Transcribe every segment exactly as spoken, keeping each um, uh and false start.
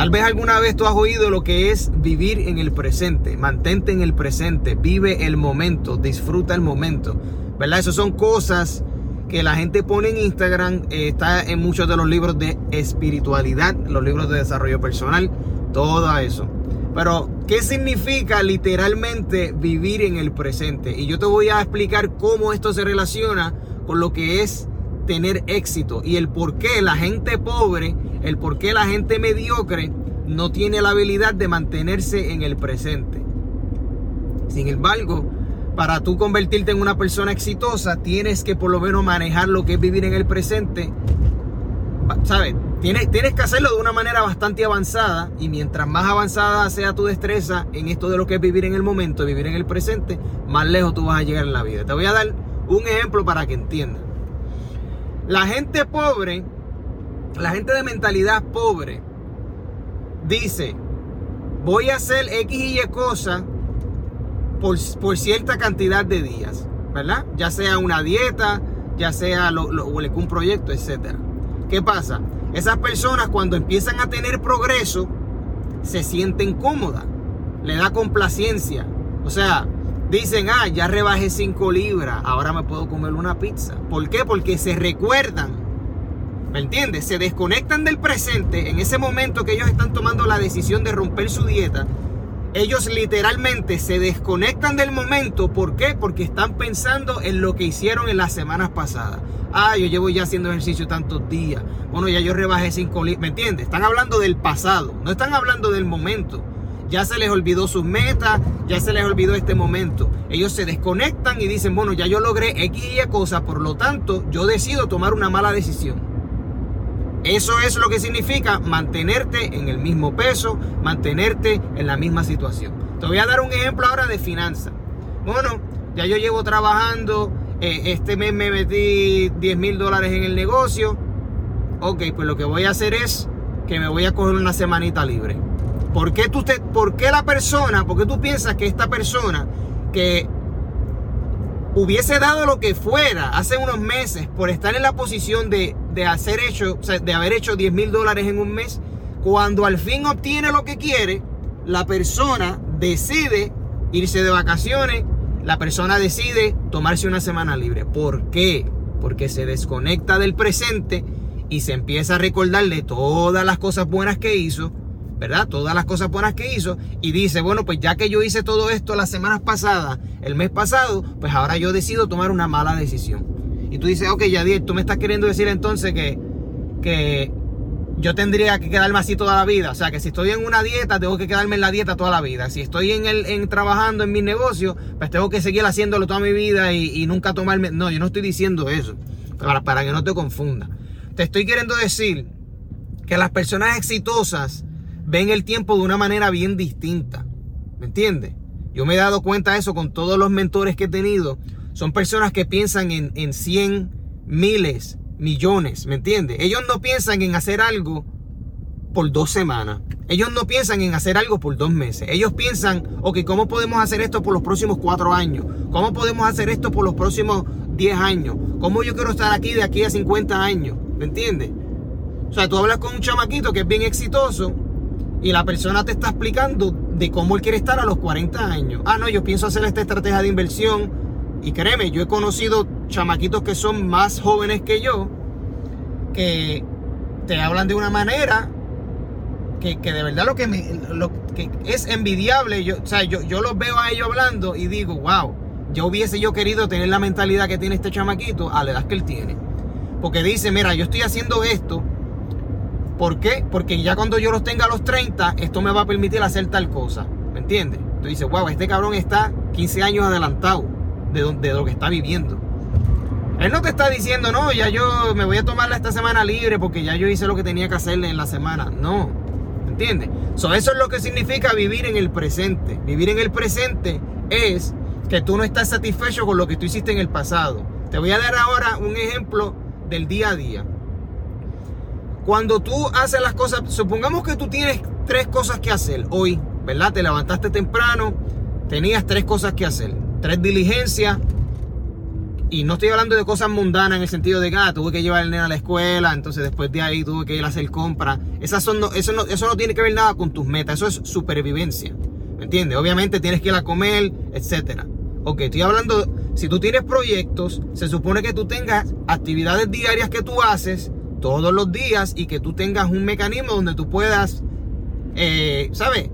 Tal vez alguna vez tú has oído lo que es vivir en el presente. Mantente en el presente, vive el momento, disfruta el momento, ¿verdad? Esas son cosas que la gente pone en Instagram, eh, está en muchos de los libros de espiritualidad, los libros de desarrollo personal, todo eso. Pero, ¿qué significa literalmente vivir en el presente? Y yo te voy a explicar cómo esto se relaciona con lo que es tener éxito y el por qué la gente pobre, el por qué la gente mediocre no tiene la habilidad de mantenerse en el presente. Sin embargo, para tú convertirte en una persona exitosa, tienes que por lo menos manejar lo que es vivir en el presente. ¿Sabes? Tienes, tienes que hacerlo de una manera bastante avanzada, y mientras más avanzada sea tu destreza en esto de lo que es vivir en el momento, vivir en el presente, más lejos tú vas a llegar en la vida. Te voy a dar un ejemplo para que entiendas. La gente pobre, la gente de mentalidad pobre, dice, voy a hacer X y Y cosas por, por cierta cantidad de días, ¿verdad? Ya sea una dieta, ya sea lo, lo, un proyecto, etcétera. ¿Qué pasa? Esas personas cuando empiezan a tener progreso, se sienten cómodas, le da complacencia. O sea, dicen, ah, ya rebajé cinco libras, ahora me puedo comer una pizza. ¿Por qué? Porque se recuerdan, ¿me entiendes? Se desconectan del presente. En ese momento que ellos están tomando la decisión de romper su dieta, ellos literalmente se desconectan del momento. ¿Por qué? Porque están pensando en lo que hicieron en las semanas pasadas. Ah, yo llevo ya haciendo ejercicio tantos días. Bueno, ya yo rebajé cinco libras. ¿Me entiendes? Están hablando del pasado, no están hablando del momento. Ya se les olvidó sus metas, ya se les olvidó este momento. Ellos se desconectan y dicen, bueno, ya yo logré X y Y cosas, por lo tanto, yo decido tomar una mala decisión. Eso es lo que significa mantenerte en el mismo peso, mantenerte en la misma situación. Te voy a dar un ejemplo ahora de finanzas. Bueno, ya yo llevo trabajando, eh, este mes me metí diez mil dólares en el negocio. Ok, pues lo que voy a hacer es que me voy a coger una semanita libre. ¿Por qué, tú te, ¿Por qué la persona, por qué tú piensas que esta persona que hubiese dado lo que fuera hace unos meses por estar en la posición de, de, hacer hecho, o sea, de haber hecho diez mil dólares en un mes, cuando al fin obtiene lo que quiere, la persona decide irse de vacaciones, la persona decide tomarse una semana libre? ¿Por qué? Porque se desconecta del presente y se empieza a recordarle todas las cosas buenas que hizo, ¿verdad? Todas las cosas buenas que hizo, y dice, bueno, pues ya que yo hice todo esto las semanas pasadas, el mes pasado, pues ahora yo decido tomar una mala decisión. Y tú dices, ok, Yadier, tú me estás queriendo decir entonces que, que yo tendría que quedarme así toda la vida. O sea, que si estoy en una dieta, tengo que quedarme en la dieta toda la vida. Si estoy en el, en trabajando en mi negocio, pues tengo que seguir haciéndolo toda mi vida y, y nunca tomarme... No, yo no estoy diciendo eso, para, para que no te confunda. Te estoy queriendo decir que las personas exitosas ven el tiempo de una manera bien distinta, ¿me entiendes? Yo me he dado cuenta de eso con todos los mentores que he tenido. Son personas que piensan en, en cien, miles, millones, ¿me entiendes? Ellos no piensan en hacer algo por dos semanas. Ellos no piensan en hacer algo por dos meses. Ellos piensan, ok, ¿cómo podemos hacer esto por los próximos cuatro años? ¿Cómo podemos hacer esto por los próximos diez años? ¿Cómo yo quiero estar aquí de aquí a cincuenta años? ¿Me entiendes? O sea, tú hablas con un chamaquito que es bien exitoso y la persona te está explicando de cómo él quiere estar a los cuarenta años. Ah, no, yo pienso hacer esta estrategia de inversión. Y créeme, yo he conocido chamaquitos que son más jóvenes que yo, que te hablan de una manera que, que de verdad lo que, me, lo que es envidiable. Yo, o sea, yo, yo los veo a ellos hablando y digo, wow, ya hubiese yo querido tener la mentalidad que tiene este chamaquito a la edad que él tiene. Porque dice, mira, yo estoy haciendo esto. ¿Por qué? Porque ya cuando yo los tenga a los treinta, esto me va a permitir hacer tal cosa. ¿Me entiendes? Tú dices, wow, este cabrón está quince años adelantado de, do, de lo que está viviendo. Él no te está diciendo, no, ya yo me voy a tomarla esta semana libre porque ya yo hice lo que tenía que hacerle en la semana. No, ¿me entiendes? So, eso es lo que significa vivir en el presente. Vivir en el presente es que tú no estás satisfecho con lo que tú hiciste en el pasado. Te voy a dar ahora un ejemplo del día a día. Cuando tú haces las cosas, supongamos que tú tienes tres cosas que hacer hoy, ¿verdad? Te levantaste temprano, tenías tres cosas que hacer, tres diligencias y no estoy hablando de cosas mundanas en el sentido de que ah, tuve que llevar el nene a la escuela, entonces después de ahí tuve que ir a hacer compras. Esas son, no, eso, no, eso no tiene que ver nada con tus metas, eso es supervivencia. ¿Me entiendes? Obviamente tienes que ir a comer, etcétera. Ok, estoy hablando, si tú tienes proyectos, se supone que tú tengas actividades diarias que tú haces todos los días y que tú tengas un mecanismo donde tú puedas, eh, ¿sabes?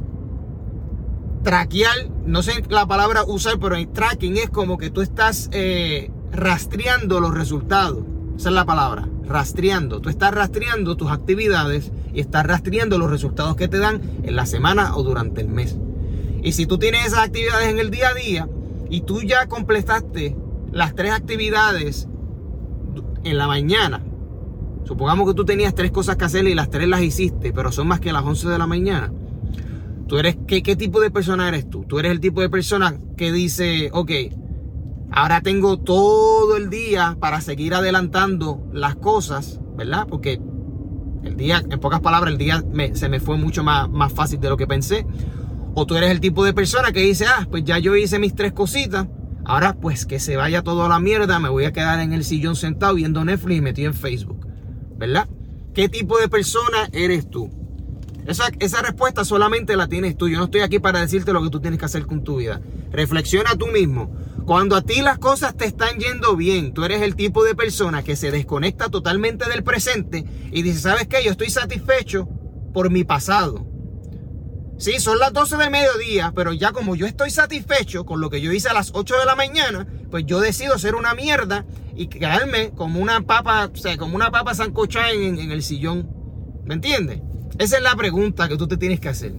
Traquear, no sé la palabra usar, pero el tracking es como que tú estás eh, rastreando los resultados. Esa es la palabra, rastreando. Tú estás rastreando tus actividades y estás rastreando los resultados que te dan en la semana o durante el mes. Y si tú tienes esas actividades en el día a día y tú ya completaste las tres actividades en la mañana, supongamos que tú tenías tres cosas que hacer y las tres las hiciste, pero son más que las once de la mañana. ¿Tú eres qué, qué tipo de persona eres tú? Tú eres el tipo de persona que dice, ok, ahora tengo todo el día para seguir adelantando las cosas, ¿verdad? Porque el día, en pocas palabras, el día me, se me fue mucho más, más fácil de lo que pensé. O tú eres el tipo de persona que dice, ah, pues ya yo hice mis tres cositas, ahora pues que se vaya todo a la mierda, me voy a quedar en el sillón sentado viendo Netflix y metido en Facebook, ¿verdad? ¿Qué tipo de persona eres tú? Esa, esa respuesta solamente la tienes tú. Yo no estoy aquí para decirte lo que tú tienes que hacer con tu vida. Reflexiona tú mismo. Cuando a ti las cosas te están yendo bien, tú eres el tipo de persona que se desconecta totalmente del presente y dice, ¿sabes qué? Yo estoy satisfecho por mi pasado. Sí, son las doce del mediodía, pero ya como yo estoy satisfecho con lo que yo hice a las ocho de la mañana, pues yo decido ser una mierda y quedarme como una papa, o sea, como una papa sancochada en, en el sillón. ¿Me entiendes? Esa es la pregunta que tú te tienes que hacer.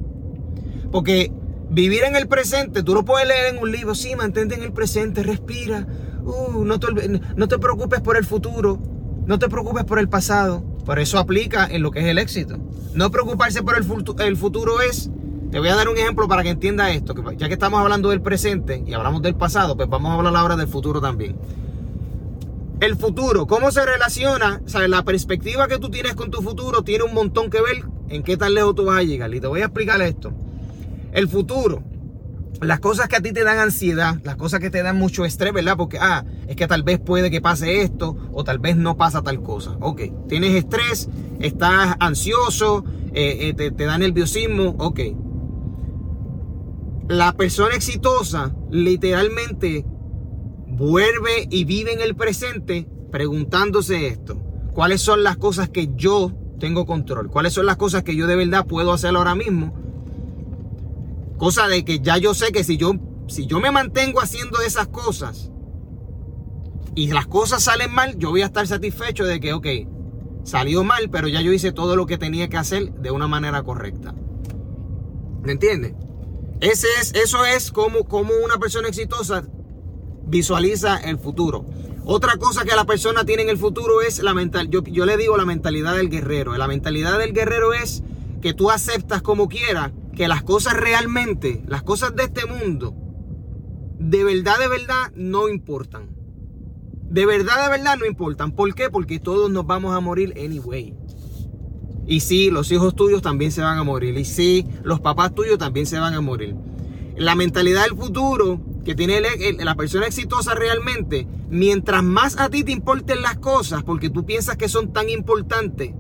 Porque vivir en el presente, tú lo puedes leer en un libro, sí, mantente en el presente, respira, uh, no, te, no te preocupes por el futuro, no te preocupes por el pasado. Pero eso aplica en lo que es el éxito. No preocuparse por el futuro, el futuro es, te voy a dar un ejemplo para que entiendas esto, que ya que estamos hablando del presente y hablamos del pasado, pues vamos a hablar ahora del futuro también. El futuro, ¿cómo se relaciona? ¿Sabes? La perspectiva que tú tienes con tu futuro tiene un montón que ver en qué tan lejos tú vas a llegar. Y te voy a explicar esto. El futuro, las cosas que a ti te dan ansiedad, las cosas que te dan mucho estrés, ¿verdad? Porque, ah, es que tal vez puede que pase esto o tal vez no pasa tal cosa. Ok, tienes estrés, estás ansioso, eh, eh, te, te da nerviosismo, ok. La persona exitosa literalmente vuelve y vive en el presente preguntándose esto. ¿Cuáles son las cosas que yo tengo control? ¿Cuáles son las cosas que yo de verdad puedo hacer ahora mismo? Cosa de que ya yo sé que si yo, si yo me mantengo haciendo esas cosas y las cosas salen mal, yo voy a estar satisfecho de que, ok, salió mal, pero ya yo hice todo lo que tenía que hacer de una manera correcta. ¿Me entiendes? Ese es, eso es como, como una persona exitosa visualiza el futuro. Otra cosa que la persona tiene en el futuro es la mental. Yo, yo le digo la mentalidad del guerrero. La mentalidad del guerrero es que tú aceptas como quieras que las cosas realmente, las cosas de este mundo, de verdad, de verdad, no importan. De verdad, de verdad, no importan. ¿Por qué? Porque todos nos vamos a morir anyway. Y sí, los hijos tuyos también se van a morir. Y sí, los papás tuyos también se van a morir. La mentalidad del futuro que tiene el, el, la persona exitosa realmente, mientras más a ti te importen las cosas, porque tú piensas que son tan importantes,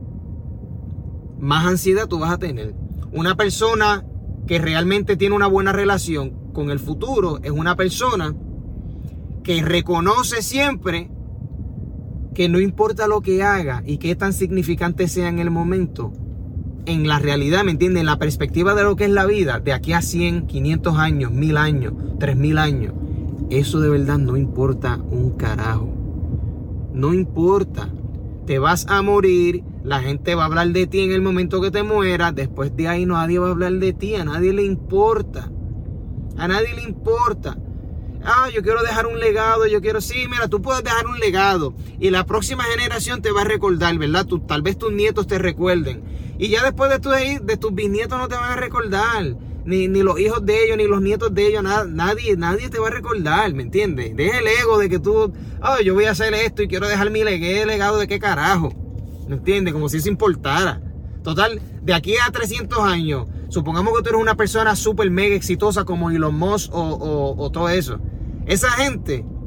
más ansiedad tú vas a tener. Una persona que realmente tiene una buena relación con el futuro es una persona que reconoce siempre que no importa lo que haga y qué tan significante sea en el momento, en la realidad, ¿me entiendes? En la perspectiva de lo que es la vida, de aquí a cien, quinientos años, mil años, tres mil años, eso de verdad no importa un carajo. No importa. Te vas a morir, la gente va a hablar de ti en el momento que te mueras, después de ahí nadie va a hablar de ti, a nadie le importa. A nadie le importa. Ah, yo quiero dejar un legado, yo quiero, sí, mira, tú puedes dejar un legado y la próxima generación te va a recordar, ¿verdad? Tú, tal vez tus nietos te recuerden y ya después de, tu, de tus bisnietos no te van a recordar, ni, ni los hijos de ellos, ni los nietos de ellos, nada, nadie, nadie te va a recordar, ¿me entiendes? Deja el ego de que tú, oh, yo voy a hacer esto y quiero dejar mi legado, ¿de qué carajo? ¿Me entiendes? Como si eso importara. Total, de aquí a trescientos años, supongamos que tú eres una persona súper mega exitosa como Elon Musk o, o, o todo eso. Esa gente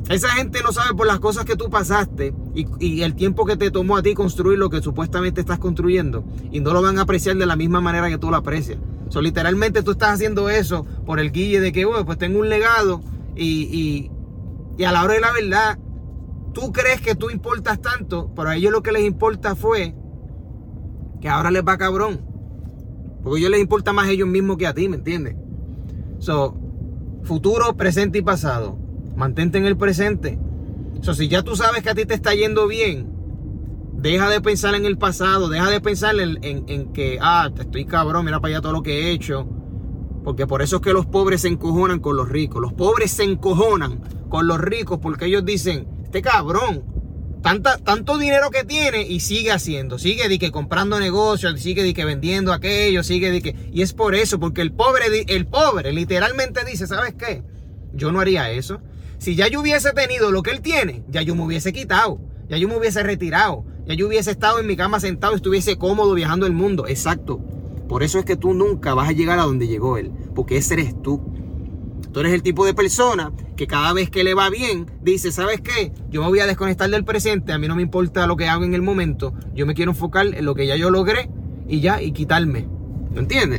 Esa gente no sabe por las cosas que tú pasaste y, y el tiempo que te tomó a ti construir lo que supuestamente estás construyendo, y no lo van a apreciar de la misma manera que tú lo aprecias. So, literalmente tú estás haciendo eso por el guille de que, bueno, pues tengo un legado y, y, y a la hora de la verdad, tú crees que tú importas tanto, pero a ellos lo que les importa fue que ahora les va cabrón. Porque a ellos les importa más a ellos mismos que a ti, ¿me entiendes? So, futuro, presente y pasado. Mantente en el presente. So, si ya tú sabes que a ti te está yendo bien, deja de pensar en el pasado, deja de pensar en, en, en que, ah, estoy cabrón, mira para allá todo lo que he hecho. Porque por eso es que los pobres se encojonan con los ricos. Los pobres se encojonan con los ricos porque ellos dicen, este cabrón, tanta, tanto dinero que tiene y sigue haciendo, sigue de que comprando negocios, sigue de que vendiendo aquello, sigue de que... Y es por eso, porque el pobre, el pobre literalmente dice, ¿sabes qué? Yo no haría eso. Si ya yo hubiese tenido lo que él tiene, ya yo me hubiese quitado, ya yo me hubiese retirado, ya yo hubiese estado en mi cama sentado y estuviese cómodo viajando el mundo. Exacto. Por eso es que tú nunca vas a llegar a donde llegó él, porque ese eres tú. Tú eres el tipo de persona que cada vez que le va bien, dice, ¿sabes qué? Yo me voy a desconectar del presente, a mí no me importa lo que hago en el momento, yo me quiero enfocar en lo que ya yo logré y ya, y quitarme. ¿Me entiendes?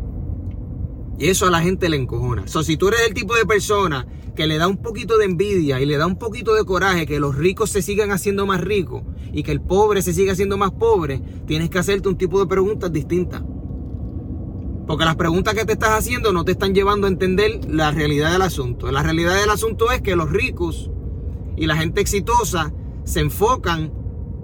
Y eso a la gente le encojona. O so, si tú eres el tipo de persona que le da un poquito de envidia y le da un poquito de coraje que los ricos se sigan haciendo más ricos y que el pobre se siga haciendo más pobre, tienes que hacerte un tipo de preguntas distintas. Porque las preguntas que te estás haciendo no te están llevando a entender la realidad del asunto. La realidad del asunto es que los ricos y la gente exitosa se enfocan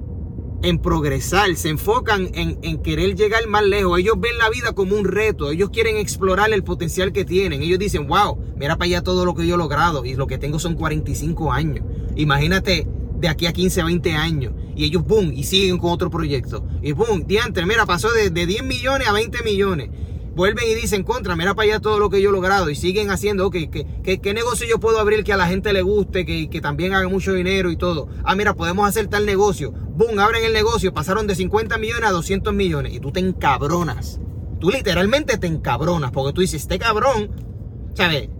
en progresar, se enfocan en, en querer llegar más lejos. Ellos ven la vida como un reto, ellos quieren explorar el potencial que tienen. Ellos dicen, wow, mira para allá todo lo que yo he logrado y lo que tengo son cuarenta y cinco años. Imagínate de aquí a quince, veinte años. Y ellos, boom, y siguen con otro proyecto. Y boom, diantre, mira, pasó de, de diez millones a veinte millones. Vuelven y dicen, contra, mira para allá todo lo que yo he logrado. Y siguen haciendo, ok, ¿qué, qué, qué negocio yo puedo abrir que a la gente le guste, que, que también haga mucho dinero y todo? Ah, mira, podemos hacer tal negocio. Boom, abren el negocio, pasaron de cincuenta millones a doscientos millones. Y tú te encabronas. Tú literalmente te encabronas. Porque tú dices, este cabrón, ¿sabes?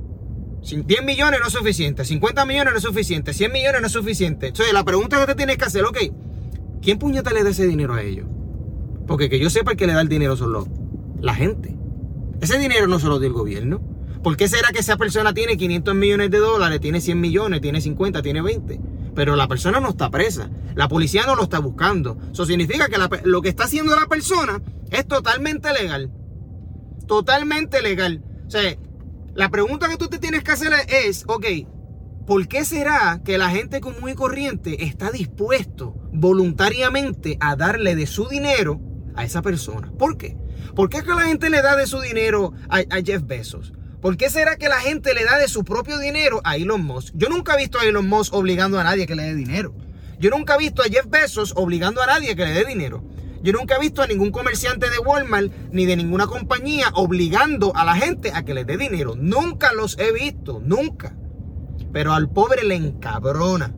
diez millones no es suficiente, cincuenta millones no es suficiente, cien millones no es suficiente. Entonces la pregunta que te tienes que hacer, ok, ¿quién puñeta le da ese dinero a ellos? Porque que yo sepa el que le da el dinero son los... la gente. Ese dinero no se lo da el gobierno. ¿Por qué será que esa persona tiene quinientos millones de dólares, tiene cien millones, tiene cincuenta, tiene veinte? Pero la persona no está presa. La policía no lo está buscando. Eso significa que la, lo que está haciendo la persona es totalmente legal. Totalmente legal. O sea, la pregunta que tú te tienes que hacer es, ok, ¿por qué será que la gente común y corriente está dispuesto voluntariamente a darle de su dinero a esa persona? ¿Por qué? ¿Por qué es que la gente le da de su dinero a, a Jeff Bezos? ¿Por qué será que la gente le da de su propio dinero a Elon Musk? Yo nunca he visto a Elon Musk obligando a nadie que le dé dinero. Yo nunca he visto a Jeff Bezos obligando a nadie que le dé dinero. Yo nunca he visto a ningún comerciante de Walmart ni de ninguna compañía obligando a la gente a que le dé dinero. Nunca los he visto, nunca. Pero al pobre le encabrona.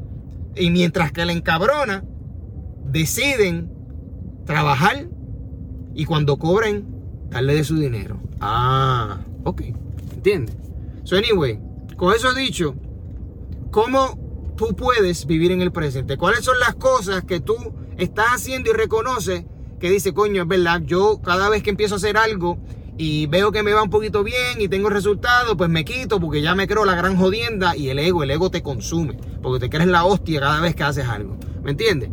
Y mientras que le encabrona, deciden trabajar y cuando cobren, darle de su dinero. Ah, ok, ¿entiendes? So anyway, con eso dicho, ¿cómo tú puedes vivir en el presente? ¿Cuáles son las cosas que tú estás haciendo y reconoces que dice, coño, es verdad, yo cada vez que empiezo a hacer algo y veo que me va un poquito bien y tengo resultados, pues me quito porque ya me creo la gran jodienda? Y el ego, el ego te consume porque te crees la hostia cada vez que haces algo, ¿me entiendes?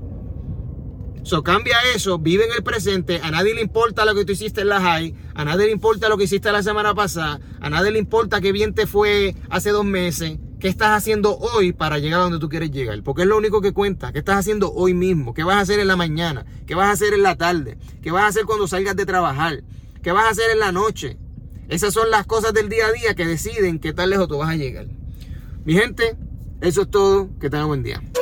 So, cambia eso, vive en el presente. A nadie le importa lo que tú hiciste en la high, a nadie le importa lo que hiciste la semana pasada, a nadie le importa qué bien te fue hace dos meses. ¿Qué estás haciendo hoy para llegar a donde tú quieres llegar? Porque es lo único que cuenta. ¿Qué estás haciendo hoy mismo? ¿Qué vas a hacer en la mañana? ¿Qué vas a hacer en la tarde? ¿Qué vas a hacer cuando salgas de trabajar? ¿Qué vas a hacer en la noche? Esas son las cosas del día a día que deciden qué tan lejos tú vas a llegar. Mi gente, eso es todo. Que tengan buen día.